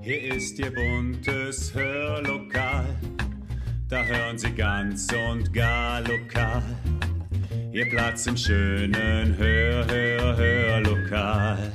Hier ist Ihr buntes Hörlokal, da hören Sie ganz und gar lokal. Ihr Platz im schönen Hörlokal.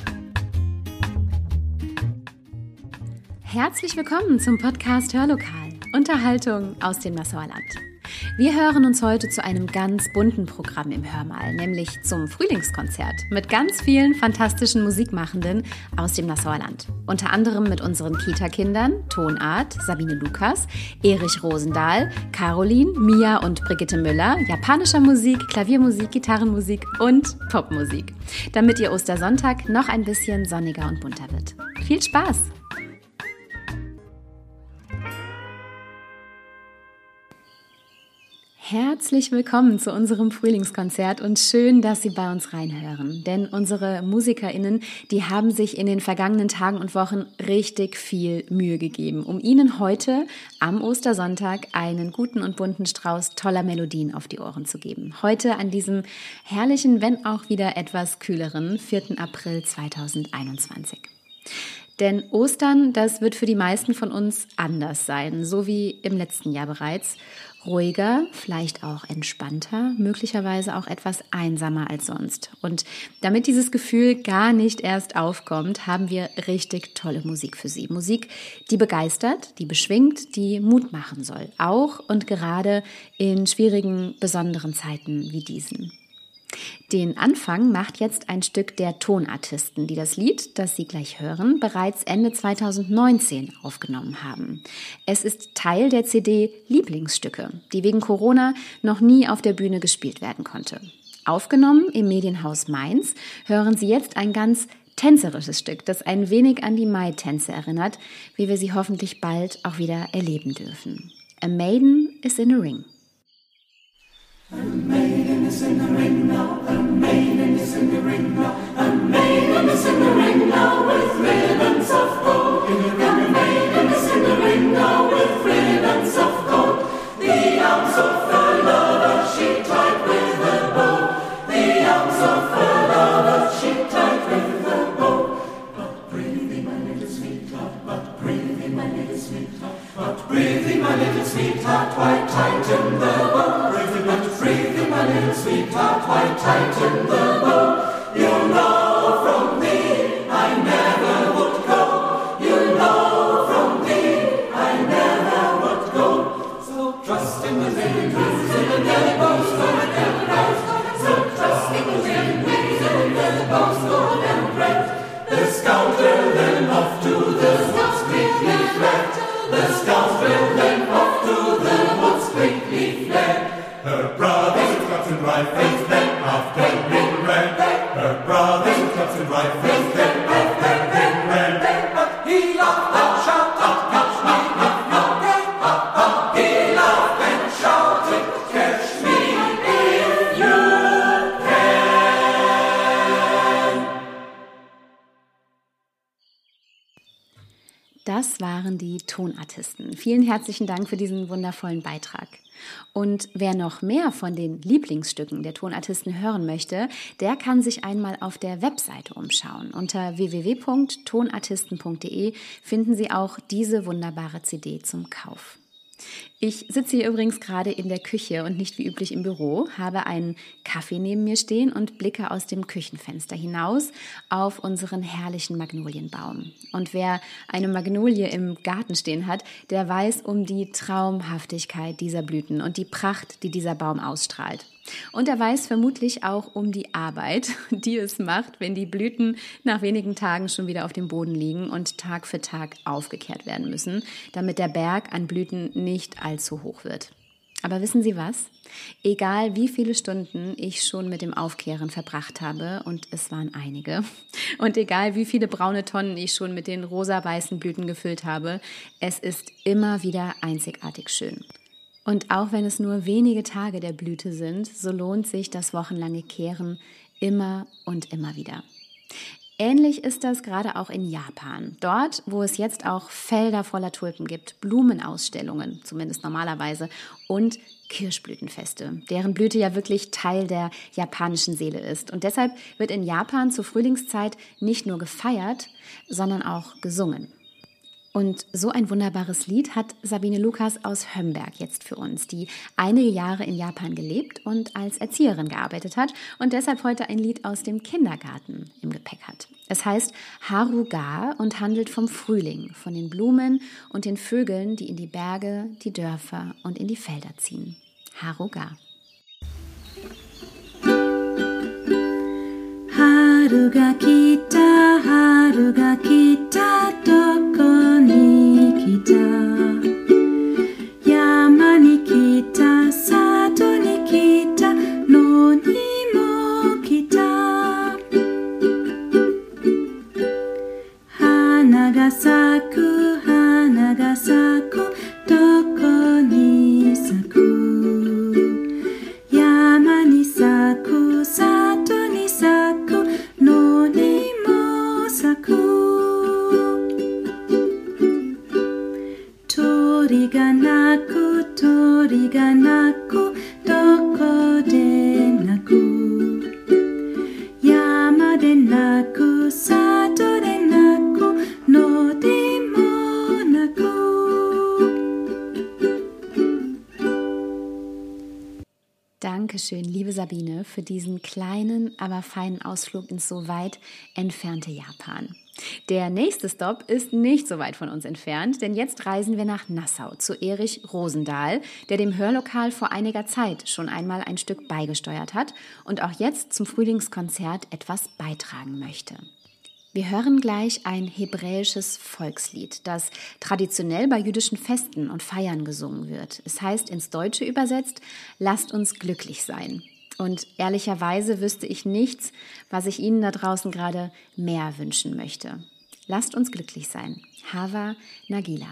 Herzlich willkommen zum Podcast Hörlokal, Unterhaltung aus dem Nassauer Land. Wir hören uns heute zu einem ganz bunten Programm im Hörmal, nämlich zum Frühlingskonzert mit ganz vielen fantastischen Musikmachenden aus dem Nassauer Land. Unter anderem mit unseren Kita-Kindern Tonart, Sabine Lukas, Erich Rosendahl, Caroline, Mia und Brigitte Müller, japanischer Musik, Klaviermusik, Gitarrenmusik und Popmusik, damit Ihr Ostersonntag noch ein bisschen sonniger und bunter wird. Viel Spaß! Herzlich willkommen zu unserem Frühlingskonzert und schön, dass Sie bei uns reinhören. Denn unsere MusikerInnen, die haben sich in den vergangenen Tagen und Wochen richtig viel Mühe gegeben, um Ihnen heute am Ostersonntag einen guten und bunten Strauß toller Melodien auf die Ohren zu geben. Heute an diesem herrlichen, wenn auch wieder etwas kühleren 4. April 2021. Denn Ostern, das wird für die meisten von uns anders sein, so wie im letzten Jahr bereits. Ruhiger, vielleicht auch entspannter, möglicherweise auch etwas einsamer als sonst. Und damit dieses Gefühl gar nicht erst aufkommt, haben wir richtig tolle Musik für Sie. Musik, die begeistert, die beschwingt, die Mut machen soll. Auch und gerade in schwierigen, besonderen Zeiten wie diesen. Den Anfang macht jetzt ein Stück der Tonartisten, die das Lied, das Sie gleich hören, bereits Ende 2019 aufgenommen haben. Es ist Teil der CD Lieblingsstücke, die wegen Corona noch nie auf der Bühne gespielt werden konnte. Aufgenommen im Medienhaus Mainz hören Sie jetzt ein ganz tänzerisches Stück, das ein wenig an die Mai-Tänze erinnert, wie wir sie hoffentlich bald auch wieder erleben dürfen. A Maiden is in a Ring. A maiden is in the ring now, a maiden is in the ring now, a maiden is in the ring now with ribbons of gold. A maiden is in the ring now with ribbons of gold. The arms of her lover she tied with a bow. The arms of her lover she tied with a bow. But breathe, my little sweetheart, but breathe, my little sweetheart, but breathe, my little sweetheart, why tighten the bow? Breathe, my little sweetheart, why tighten the bow? You know from me I never would go. You know from me I never would go. So trust in the living winds and the dead bones go and red. So trust in the living winds and the dead bones go and red. The scoundrel then off to the woods quickly fled. The scoundrel then off to the woods quickly fled. Her brothers and Captain Rifles then after been red. Her brothers and Captain Rifles then after been red. But he laughed and shouted, catch me if you can. He laughed and shouted, catch me if you can. Das waren die Tonartisten. Vielen herzlichen Dank für diesen wundervollen Beitrag. Und wer noch mehr von den Lieblingsstücken der Tonartisten hören möchte, der kann sich einmal auf der Webseite umschauen. Unter www.tonartisten.de finden Sie auch diese wunderbare CD zum Kauf. Ich sitze hier übrigens gerade in der Küche und nicht wie üblich im Büro, habe einen Kaffee neben mir stehen und blicke aus dem Küchenfenster hinaus auf unseren herrlichen Magnolienbaum. Und wer eine Magnolie im Garten stehen hat, der weiß um die Traumhaftigkeit dieser Blüten und die Pracht, die dieser Baum ausstrahlt. Und er weiß vermutlich auch um die Arbeit, die es macht, wenn die Blüten nach wenigen Tagen schon wieder auf dem Boden liegen und Tag für Tag aufgekehrt werden müssen, damit der Berg an Blüten nicht allzu hoch wird. Aber wissen Sie was? Egal wie viele Stunden ich schon mit dem Aufkehren verbracht habe, und es waren einige, und egal wie viele braune Tonnen ich schon mit den rosa-weißen Blüten gefüllt habe, es ist immer wieder einzigartig schön. Und auch wenn es nur wenige Tage der Blüte sind, so lohnt sich das wochenlange Kehren immer und immer wieder. Ähnlich ist das gerade auch in Japan. Dort, wo es jetzt auch Felder voller Tulpen gibt, Blumenausstellungen, zumindest normalerweise, und Kirschblütenfeste, deren Blüte ja wirklich Teil der japanischen Seele ist. Und deshalb wird in Japan zur Frühlingszeit nicht nur gefeiert, sondern auch gesungen. Und so ein wunderbares Lied hat Sabine Lukas aus Hömberg jetzt für uns, die einige Jahre in Japan gelebt und als Erzieherin gearbeitet hat und deshalb heute ein Lied aus dem Kindergarten im Gepäck hat. Es heißt Haru ga und handelt vom Frühling, von den Blumen und den Vögeln, die in die Berge, die Dörfer und in die Felder ziehen. Haru ga. Haru ga kita, doko ni kita. Yama ni kita, sato ni kita, no ni mo kita. Hana ga saku, doko ni saku. Yama ni saku, sato ni saku, no ni mo saku. Tori ga naku, doko de naku. Yama de naku, sato de naku, no de mo naku. Dankeschön, liebe Sabine, für diesen kleinen, aber feinen Ausflug ins so weit entfernte Japan. Der nächste Stopp ist nicht so weit von uns entfernt, denn jetzt reisen wir nach Nassau zu Erich Rosendahl, der dem Hörlokal vor einiger Zeit schon einmal ein Stück beigesteuert hat und auch jetzt zum Frühlingskonzert etwas beitragen möchte. Wir hören gleich ein hebräisches Volkslied, das traditionell bei jüdischen Festen und Feiern gesungen wird. Es heißt ins Deutsche übersetzt, lasst uns glücklich sein. Und ehrlicherweise wüsste ich nichts, was ich Ihnen da draußen gerade mehr wünschen möchte. Lasst uns glücklich sein. Hava Nagila.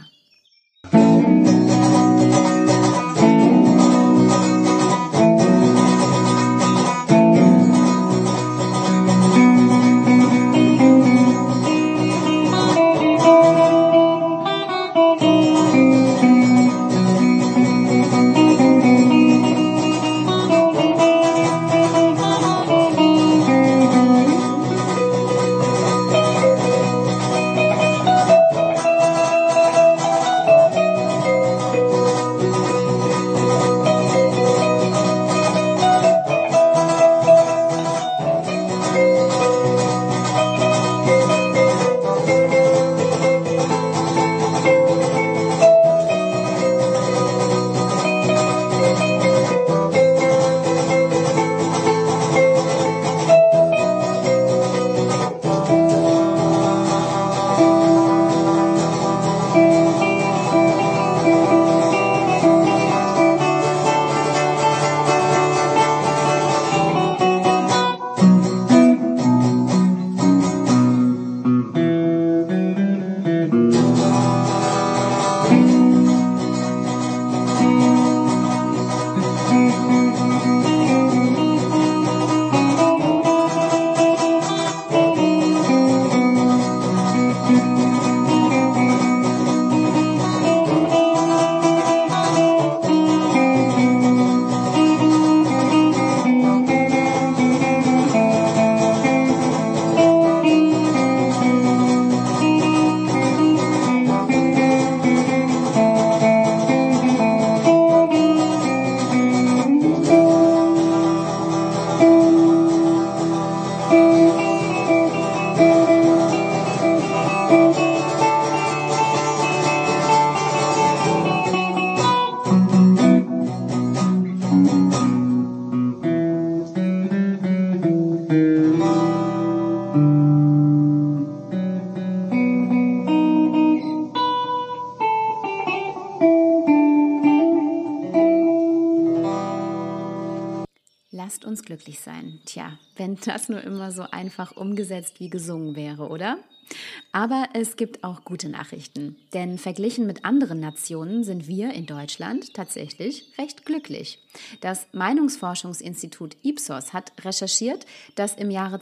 Lasst uns glücklich sein. Tja, wenn das nur immer so einfach umgesetzt wie gesungen wäre, oder? Aber es gibt auch gute Nachrichten, denn verglichen mit anderen Nationen sind wir in Deutschland tatsächlich recht glücklich. Das Meinungsforschungsinstitut Ipsos hat recherchiert, dass im Jahre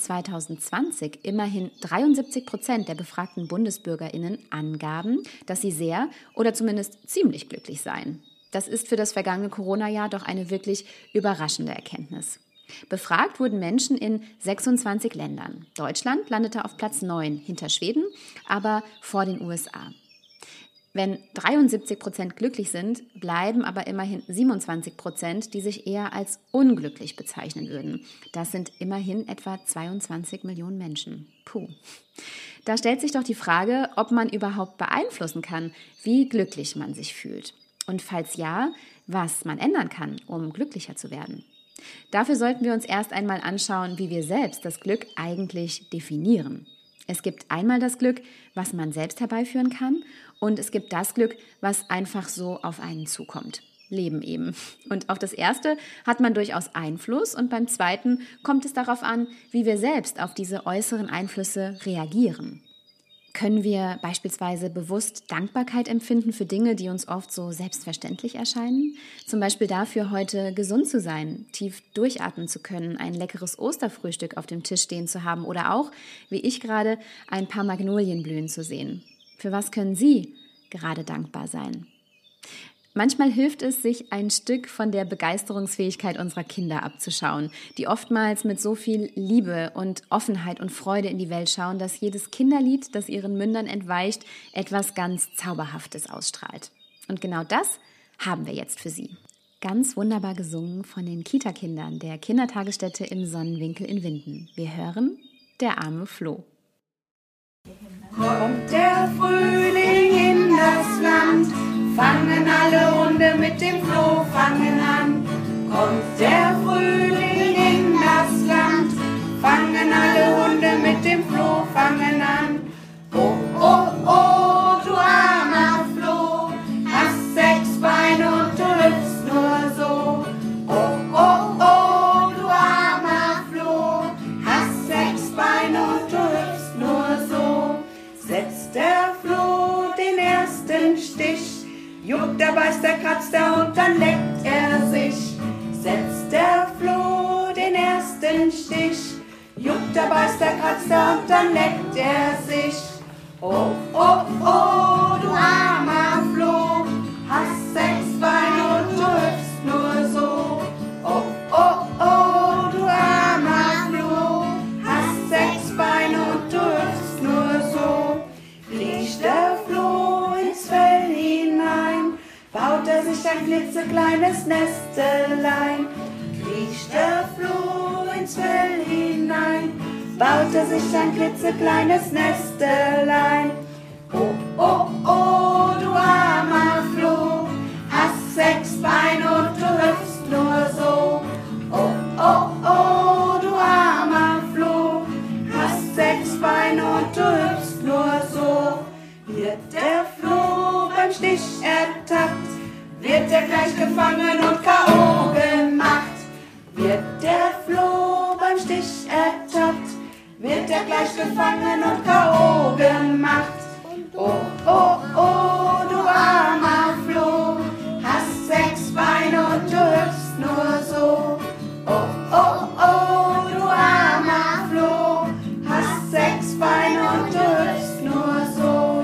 2020 immerhin 73% der befragten BundesbürgerInnen angaben, dass sie sehr oder zumindest ziemlich glücklich seien. Das ist für das vergangene Corona-Jahr doch eine wirklich überraschende Erkenntnis. Befragt wurden Menschen in 26 Ländern. Deutschland landete auf Platz 9 hinter Schweden, aber vor den USA. Wenn 73% glücklich sind, bleiben aber immerhin 27%, die sich eher als unglücklich bezeichnen würden. Das sind immerhin etwa 22 Millionen Menschen. Puh. Da stellt sich doch die Frage, ob man überhaupt beeinflussen kann, wie glücklich man sich fühlt. Und falls ja, was man ändern kann, um glücklicher zu werden. Dafür sollten wir uns erst einmal anschauen, wie wir selbst das Glück eigentlich definieren. Es gibt einmal das Glück, was man selbst herbeiführen kann, und es gibt das Glück, was einfach so auf einen zukommt. Leben eben. Und auf das erste hat man durchaus Einfluss und beim zweiten kommt es darauf an, wie wir selbst auf diese äußeren Einflüsse reagieren. Können wir beispielsweise bewusst Dankbarkeit empfinden für Dinge, die uns oft so selbstverständlich erscheinen? Zum Beispiel dafür, heute gesund zu sein, tief durchatmen zu können, ein leckeres Osterfrühstück auf dem Tisch stehen zu haben oder auch, wie ich gerade, ein paar Magnolien blühen zu sehen. Für was können Sie gerade dankbar sein? Manchmal hilft es, sich ein Stück von der Begeisterungsfähigkeit unserer Kinder abzuschauen, die oftmals mit so viel Liebe und Offenheit und Freude in die Welt schauen, dass jedes Kinderlied, das ihren Mündern entweicht, etwas ganz Zauberhaftes ausstrahlt. Und genau das haben wir jetzt für Sie. Ganz wunderbar gesungen von den Kita-Kindern der Kindertagesstätte im Sonnenwinkel in Winden. Wir hören Der arme Floh. Kommt der Frühling in das Land, fangen alle Hunde mit dem Flohfangen an. Kommt der Frühling in das Land, fangen alle Hunde mit dem Flohfangen an. Oh, oh, oh, du armer Floh, hast 6 Beine und du hüpfst nur so. Oh, oh, oh, du armer Floh, hast 6 Beine und du hüpfst nur so. Setzt der Floh den ersten Stich, juckt er, beißt er, kratzt er und dann leckt er sich. Setzt der Floh den ersten Stich, juckt er, beißt er, kratzt er und dann leckt er sich. Oh, oh, oh, du armer Floh, hast 6 Beine und du hüpfst nur so. Oh, oh, oh, du armer Floh, hast 6 Beine und du hüpfst nur so. Kriecht der Floh ins Fell hinein, baut er sich ein klitzekleines Nestelein. Kriecht der Floh ins Fell hinein, baut er sich ein klitzekleines Nestelein. Oh, oh, oh, du armer Floh, hast 6 Beine und du hüpfst nur so. Oh, oh, oh, du armer Floh, hast 6 Beine und du hüpfst nur so. Wird der Floh beim Stich ertappt, wird er gleich gefangen und K.O. gemacht. Wird der Floh beim Stich ertappt, wird er gleich gefangen und K.O. gemacht. Oh, oh, oh, du armer Floh, hast 6 Beine und du hüpfst nur so. Oh, oh, oh, du armer Floh, hast 6 Beine und du hüpfst nur so.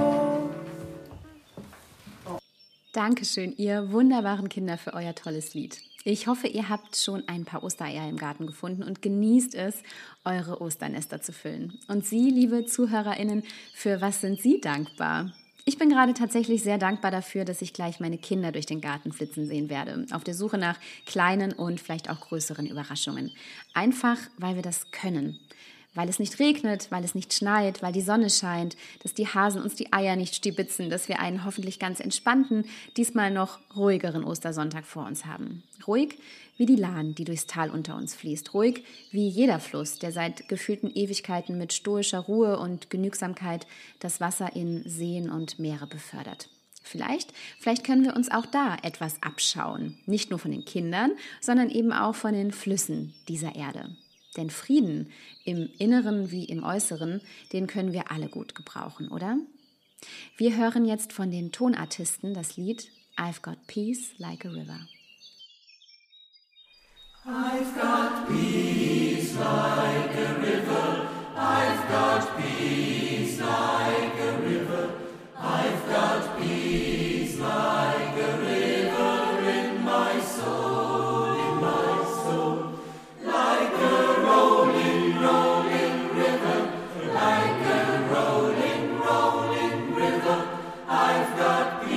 Dankeschön, ihr wunderbaren Kinder, für euer tolles Lied. Ich hoffe, ihr habt schon ein paar Ostereier im Garten gefunden und genießt es, eure Osternester zu füllen. Und Sie, liebe ZuhörerInnen, für was sind Sie dankbar? Ich bin gerade tatsächlich sehr dankbar dafür, dass ich gleich meine Kinder durch den Garten flitzen sehen werde, auf der Suche nach kleinen und vielleicht auch größeren Überraschungen. Einfach, weil wir das können. Weil es nicht regnet, weil es nicht schneit, weil die Sonne scheint, dass die Hasen uns die Eier nicht stibitzen, dass wir einen hoffentlich ganz entspannten, diesmal noch ruhigeren Ostersonntag vor uns haben. Ruhig wie die Lahn, die durchs Tal unter uns fließt. Ruhig wie jeder Fluss, der seit gefühlten Ewigkeiten mit stoischer Ruhe und Genügsamkeit das Wasser in Seen und Meere befördert. Vielleicht können wir uns auch da etwas abschauen. Nicht nur von den Kindern, sondern eben auch von den Flüssen dieser Erde. Denn Frieden im Inneren wie im Äußeren, den können wir alle gut gebrauchen, oder? Wir hören jetzt von den Tonartisten das Lied I've Got Peace Like a River. I've got peace like a river, I've got peace like a river, I've got peace like a river in my soul, like a rolling, rolling river, like a rolling, rolling river, I've got peace.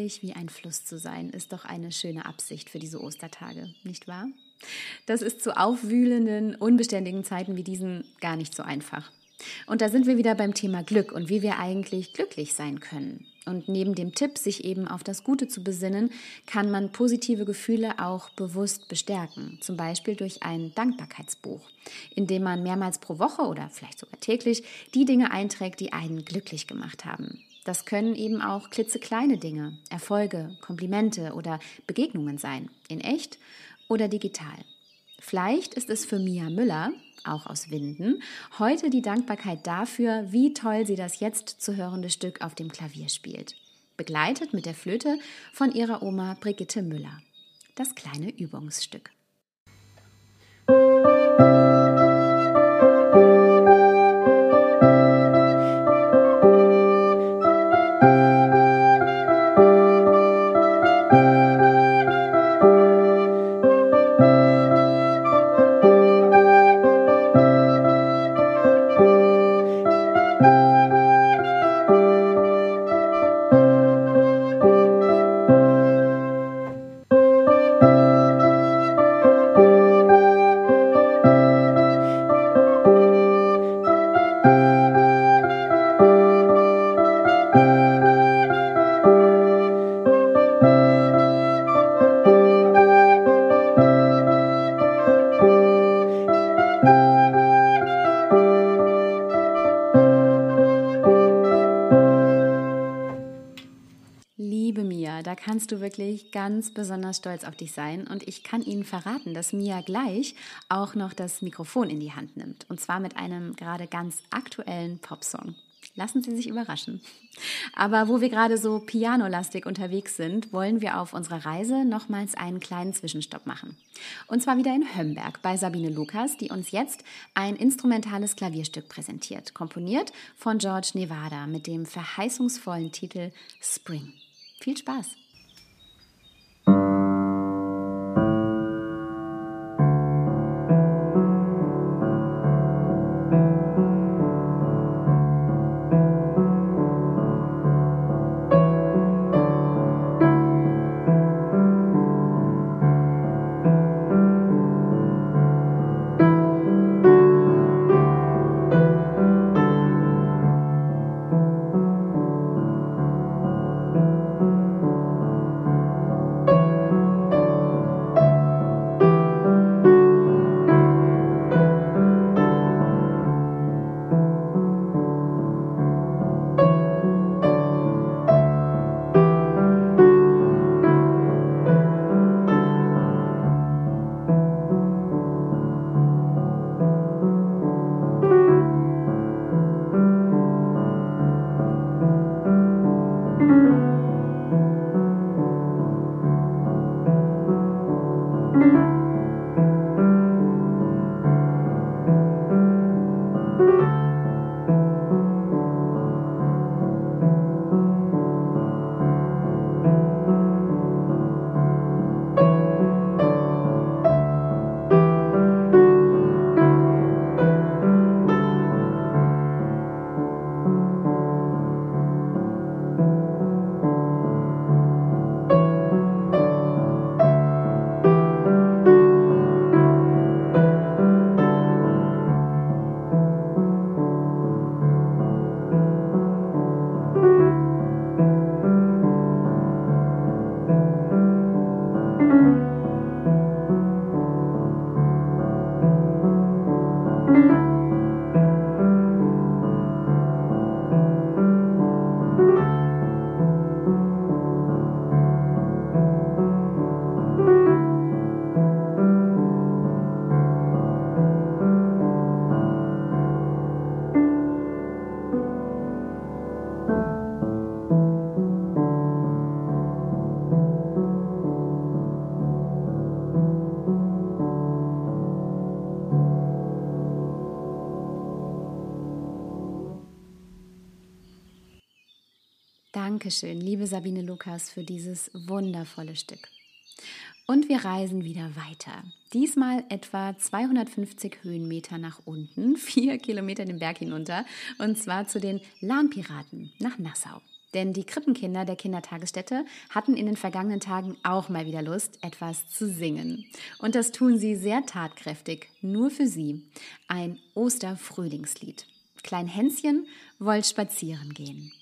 endlich wie ein Fluss zu sein, ist doch eine schöne Absicht für diese Ostertage, nicht wahr? Das ist zu aufwühlenden, unbeständigen Zeiten wie diesen gar nicht so einfach. Und da sind wir wieder beim Thema Glück und wie wir eigentlich glücklich sein können. Und neben dem Tipp, sich eben auf das Gute zu besinnen, kann man positive Gefühle auch bewusst bestärken. Zum Beispiel durch ein Dankbarkeitsbuch, in dem man mehrmals pro Woche oder vielleicht sogar täglich die Dinge einträgt, die einen glücklich gemacht haben. Das können eben auch klitzekleine Dinge, Erfolge, Komplimente oder Begegnungen sein, in echt oder digital. Vielleicht ist es für Mia Müller, auch aus Winden, heute die Dankbarkeit dafür, wie toll sie das jetzt zu hörende Stück auf dem Klavier spielt. Begleitet mit der Flöte von ihrer Oma Brigitte Müller. Das kleine Übungsstück. Liebe Mia, da kannst du wirklich ganz besonders stolz auf dich sein und ich kann Ihnen verraten, dass Mia gleich auch noch das Mikrofon in die Hand nimmt und zwar mit einem gerade ganz aktuellen Popsong. Lassen Sie sich überraschen. Aber wo wir gerade so pianolastig unterwegs sind, wollen wir auf unserer Reise nochmals einen kleinen Zwischenstopp machen. Und zwar wieder in Hömberg bei Sabine Lukas, die uns jetzt ein instrumentales Klavierstück präsentiert, komponiert von George Nevada mit dem verheißungsvollen Titel Spring. Viel Spaß! Dankeschön, liebe Sabine Lukas, für dieses wundervolle Stück. Und wir reisen wieder weiter. Diesmal etwa 250 Höhenmeter nach unten, 4 Kilometer den Berg hinunter, und zwar zu den Lahnpiraten nach Nassau. Denn die Krippenkinder der Kindertagesstätte hatten in den vergangenen Tagen auch mal wieder Lust, etwas zu singen. Und das tun sie sehr tatkräftig, nur für sie. Ein Osterfrühlingslied. Klein Hänschen wollt spazieren gehen.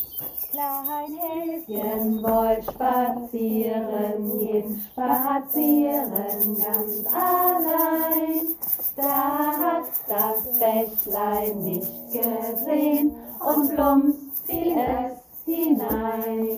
Klein Häschen wollt spazieren gehen, spazieren ganz allein. Da hat das Bächlein nicht gesehen und plumps fiel es hinein.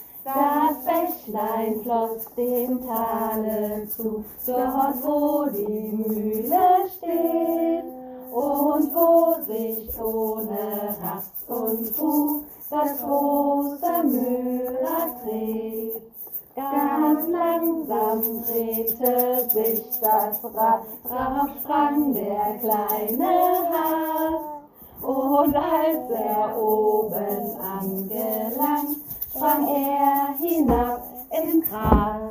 Das Bächlein floss dem Tale zu, dort wo die Mühle steht und wo sich ohne Rast und Ruhe das große Mühlrad dreht. Ganz langsam drehte sich das Rad, drauf sprang der kleine Hase. Und als er oben angelangt, sprang er hinab ins Gras.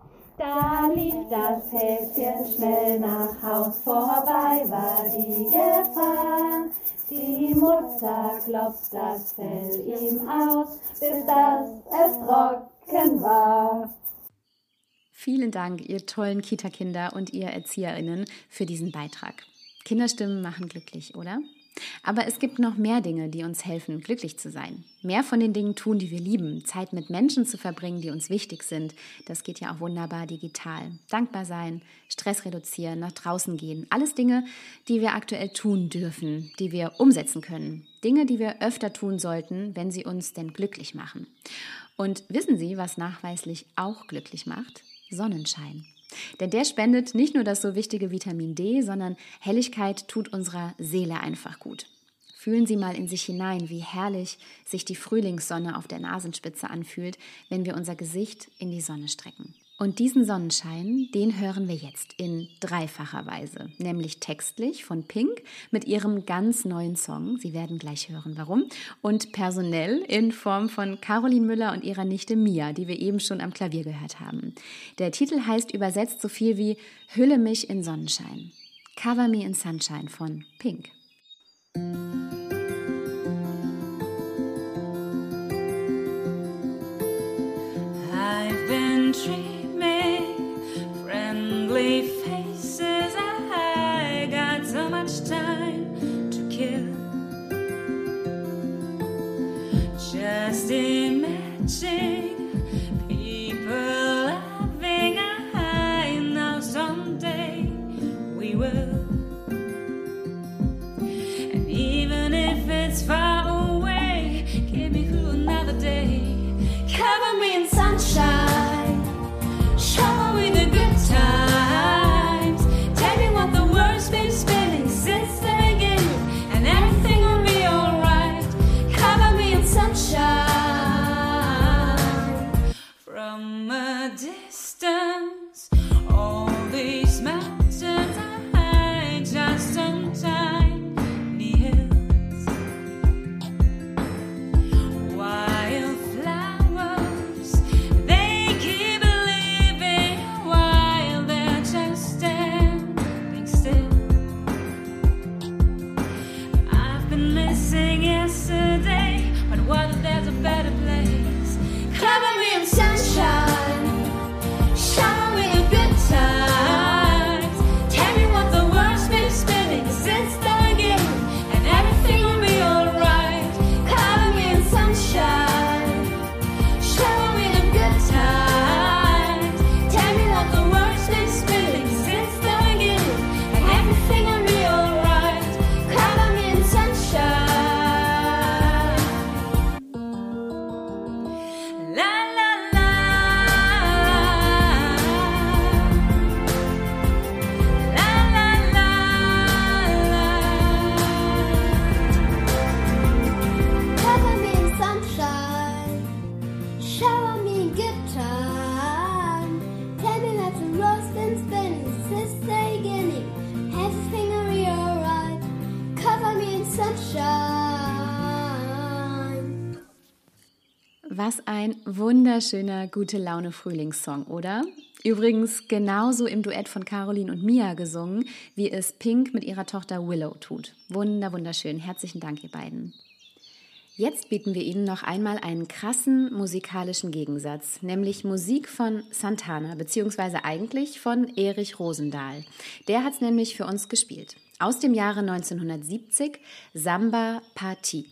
Da lief das Häschen schnell nach Haus, vorbei war die Gefahr. Die Mutter klopft das Fell ihm aus, bis dass es trocken war. Vielen Dank, ihr tollen Kita-Kinder und ihr ErzieherInnen, für diesen Beitrag. Kinderstimmen machen glücklich, oder? Aber es gibt noch mehr Dinge, die uns helfen, glücklich zu sein. Mehr von den Dingen tun, die wir lieben. Zeit mit Menschen zu verbringen, die uns wichtig sind. Das geht ja auch wunderbar digital. Dankbar sein, Stress reduzieren, nach draußen gehen. Alles Dinge, die wir aktuell tun dürfen, die wir umsetzen können. Dinge, die wir öfter tun sollten, wenn sie uns denn glücklich machen. Und wissen Sie, was nachweislich auch glücklich macht? Sonnenschein. Denn der spendet nicht nur das so wichtige Vitamin D, sondern Helligkeit tut unserer Seele einfach gut. Fühlen Sie mal in sich hinein, wie herrlich sich die Frühlingssonne auf der Nasenspitze anfühlt, wenn wir unser Gesicht in die Sonne strecken. Und diesen Sonnenschein, den hören wir jetzt in dreifacher Weise, nämlich textlich von Pink mit ihrem ganz neuen Song, Sie werden gleich hören, warum, und personell in Form von Caroline Müller und ihrer Nichte Mia, die wir eben schon am Klavier gehört haben. Der Titel heißt übersetzt so viel wie Hülle mich in Sonnenschein. Cover Me in Sunshine von Pink. I've been friendly faces, I got so much time to kill. Just imagine people laughing, I know someday we will. And even if it's far away, get me through another day. Cover me in sunshine, shower me the good times. Tell me what the world's been spinning since the beginning, and everything will be alright. Cover me in sunshine. From a distance, all these mountains I just untimely hills. Wildflowers, they keep living while they're just standing still. I've been missing yesterday, but what if there's a better place? Cover me in sunshine, shower me the good times. Tell me what the world's been spinning since the beginning, and everything will be alright. Cover me in sunshine, shower me the good times. Tell me what the world's been spinning since the beginning, and everything will be alright. Cover me in sunshine. La la la, la la la la. Cover me in sunshine, shower me in good time. Tell me that the road's been spinning since the beginning. Everything will be alright. Cover me in sunshine. Was ein wunderschöner Gute-Laune-Frühlingssong, oder? Übrigens genauso im Duett von Caroline und Mia gesungen, wie es Pink mit ihrer Tochter Willow tut. Wunderschön. Herzlichen Dank, ihr beiden. Jetzt bieten wir Ihnen noch einmal einen krassen musikalischen Gegensatz, nämlich Musik von Santana, beziehungsweise eigentlich von Erich Rosendahl. Der hat es nämlich für uns gespielt. Aus dem Jahre 1970, Samba Partie.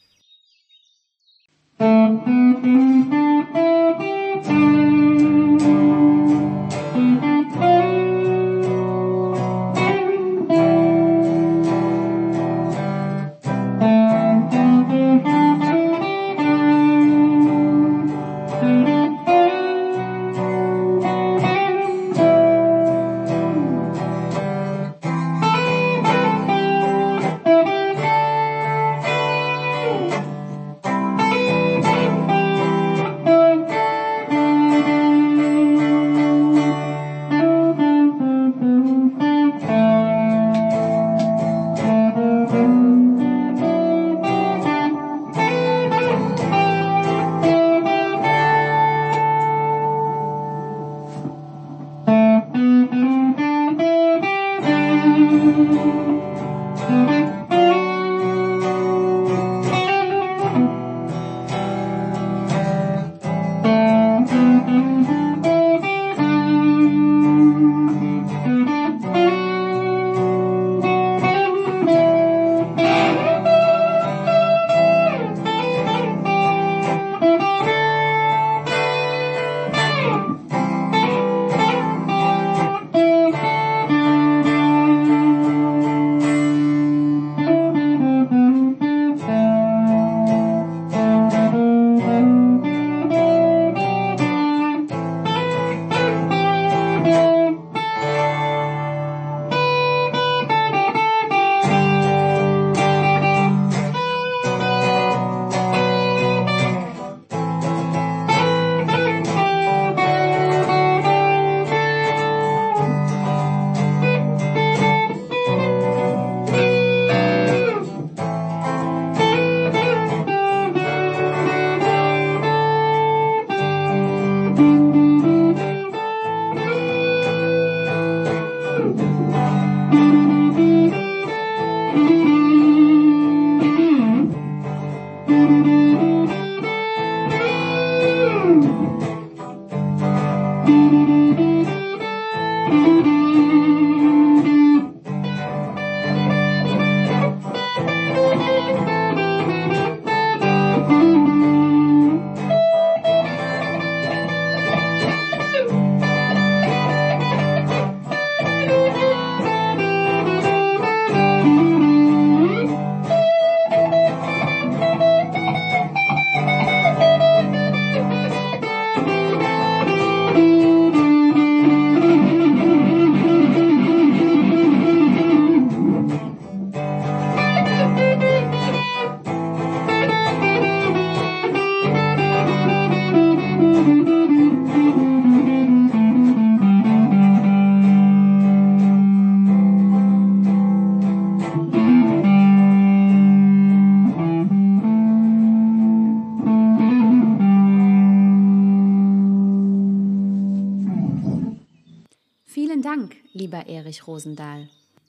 Vielen Dank, lieber Erich Rosendahl.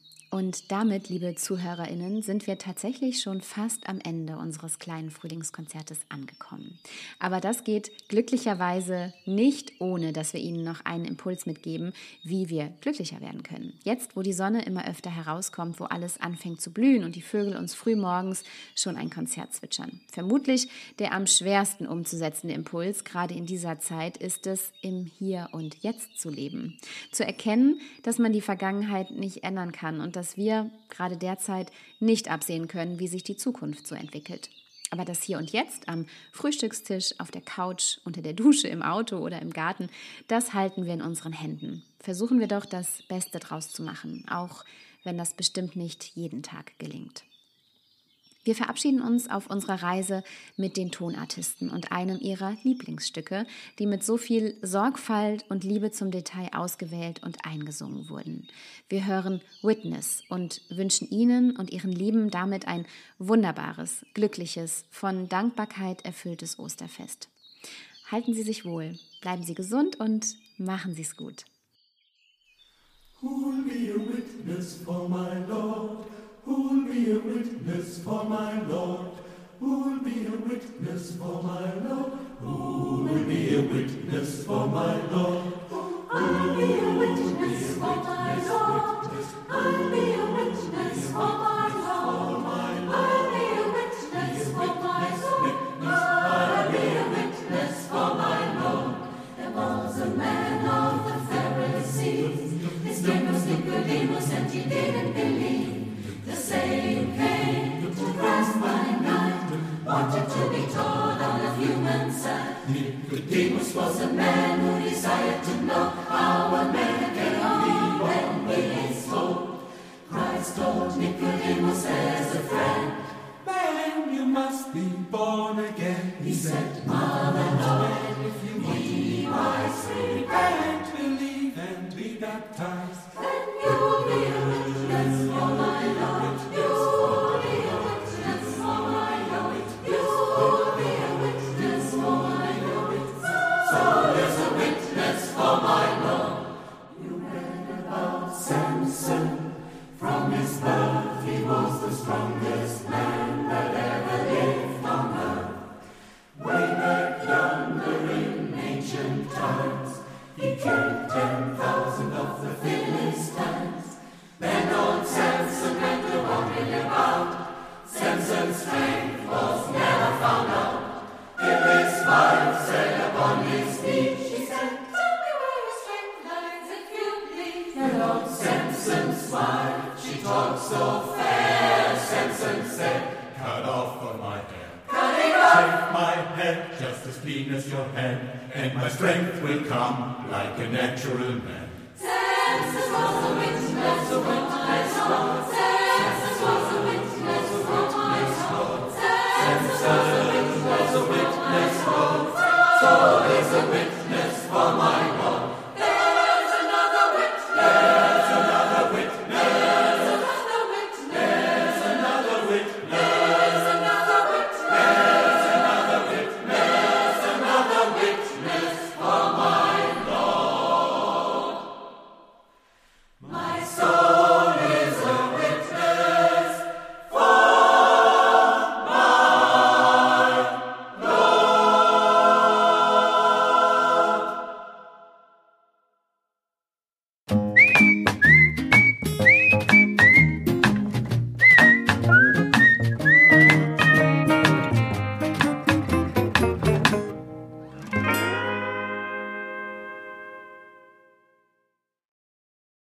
Und damit, liebe ZuhörerInnen, sind wir tatsächlich schon fast am Ende unseres kleinen Frühlingskonzertes angekommen. Aber das geht glücklicherweise nicht, ohne dass wir Ihnen noch einen Impuls mitgeben, wie wir glücklicher werden können. Jetzt, wo die Sonne immer öfter herauskommt, wo alles anfängt zu blühen und die Vögel uns frühmorgens schon ein Konzert zwitschern. Vermutlich der am schwersten umzusetzende Impuls, gerade in dieser Zeit, ist es, im Hier und Jetzt zu leben. Zu erkennen, dass man die Vergangenheit nicht ändern kann und dass wir gerade derzeit nicht absehen können, wie sich die Zukunft so entwickelt. Aber das Hier und Jetzt am Frühstückstisch, auf der Couch, unter der Dusche, im Auto oder im Garten, das halten wir in unseren Händen. Versuchen wir doch, das Beste draus zu machen, auch wenn das bestimmt nicht jeden Tag gelingt. Wir verabschieden uns auf unserer Reise mit den Tonartisten und einem ihrer Lieblingsstücke, die mit so viel Sorgfalt und Liebe zum Detail ausgewählt und eingesungen wurden. Wir hören Witness und wünschen Ihnen und Ihren Lieben damit ein wunderbares, glückliches, von Dankbarkeit erfülltes Osterfest. Halten Sie sich wohl, bleiben Sie gesund und machen Sie es gut. Who'll be a witness for my Lord? Who'll be a witness for my Lord? Who'll be a witness for my Lord? Who will be a witness for my Lord? I'll be a witness for my Lord. I'll be a witness for my Lord. I'll be a witness for my Lord. I'll be a witness for my Lord. There was a man of the Pharisees. His name was Nicodemus, and he didn't believe. The same came to Christ by night, wanted to be taught on a human side. Nicodemus was a man who desired to know how a man can be when he is old. Christ told Nicodemus as a friend, Man, you must be born again. he said, Mother, Lord, if you be wise, Repent, believe, and be baptized. then you'll be a witness for my Lord. You'll be a witness for my Lord. You'll be a witness for my Lord. So there's a witness for my Lord. You read about Samson. From his birth he was the strongest man that ever lived on earth. Way back yonder in ancient times, he killed 10,000 of the Philistines. Then old Samson went to walking about. Samson's strength was never found out. Till his wife said upon his knee, she said, tell me where your strength lies if you please. And old Samson's wife, she talked so fair. Samson said, Cut off of my hair. cut it off. Shave my head just as clean as your head, and my strength will come like a natural man.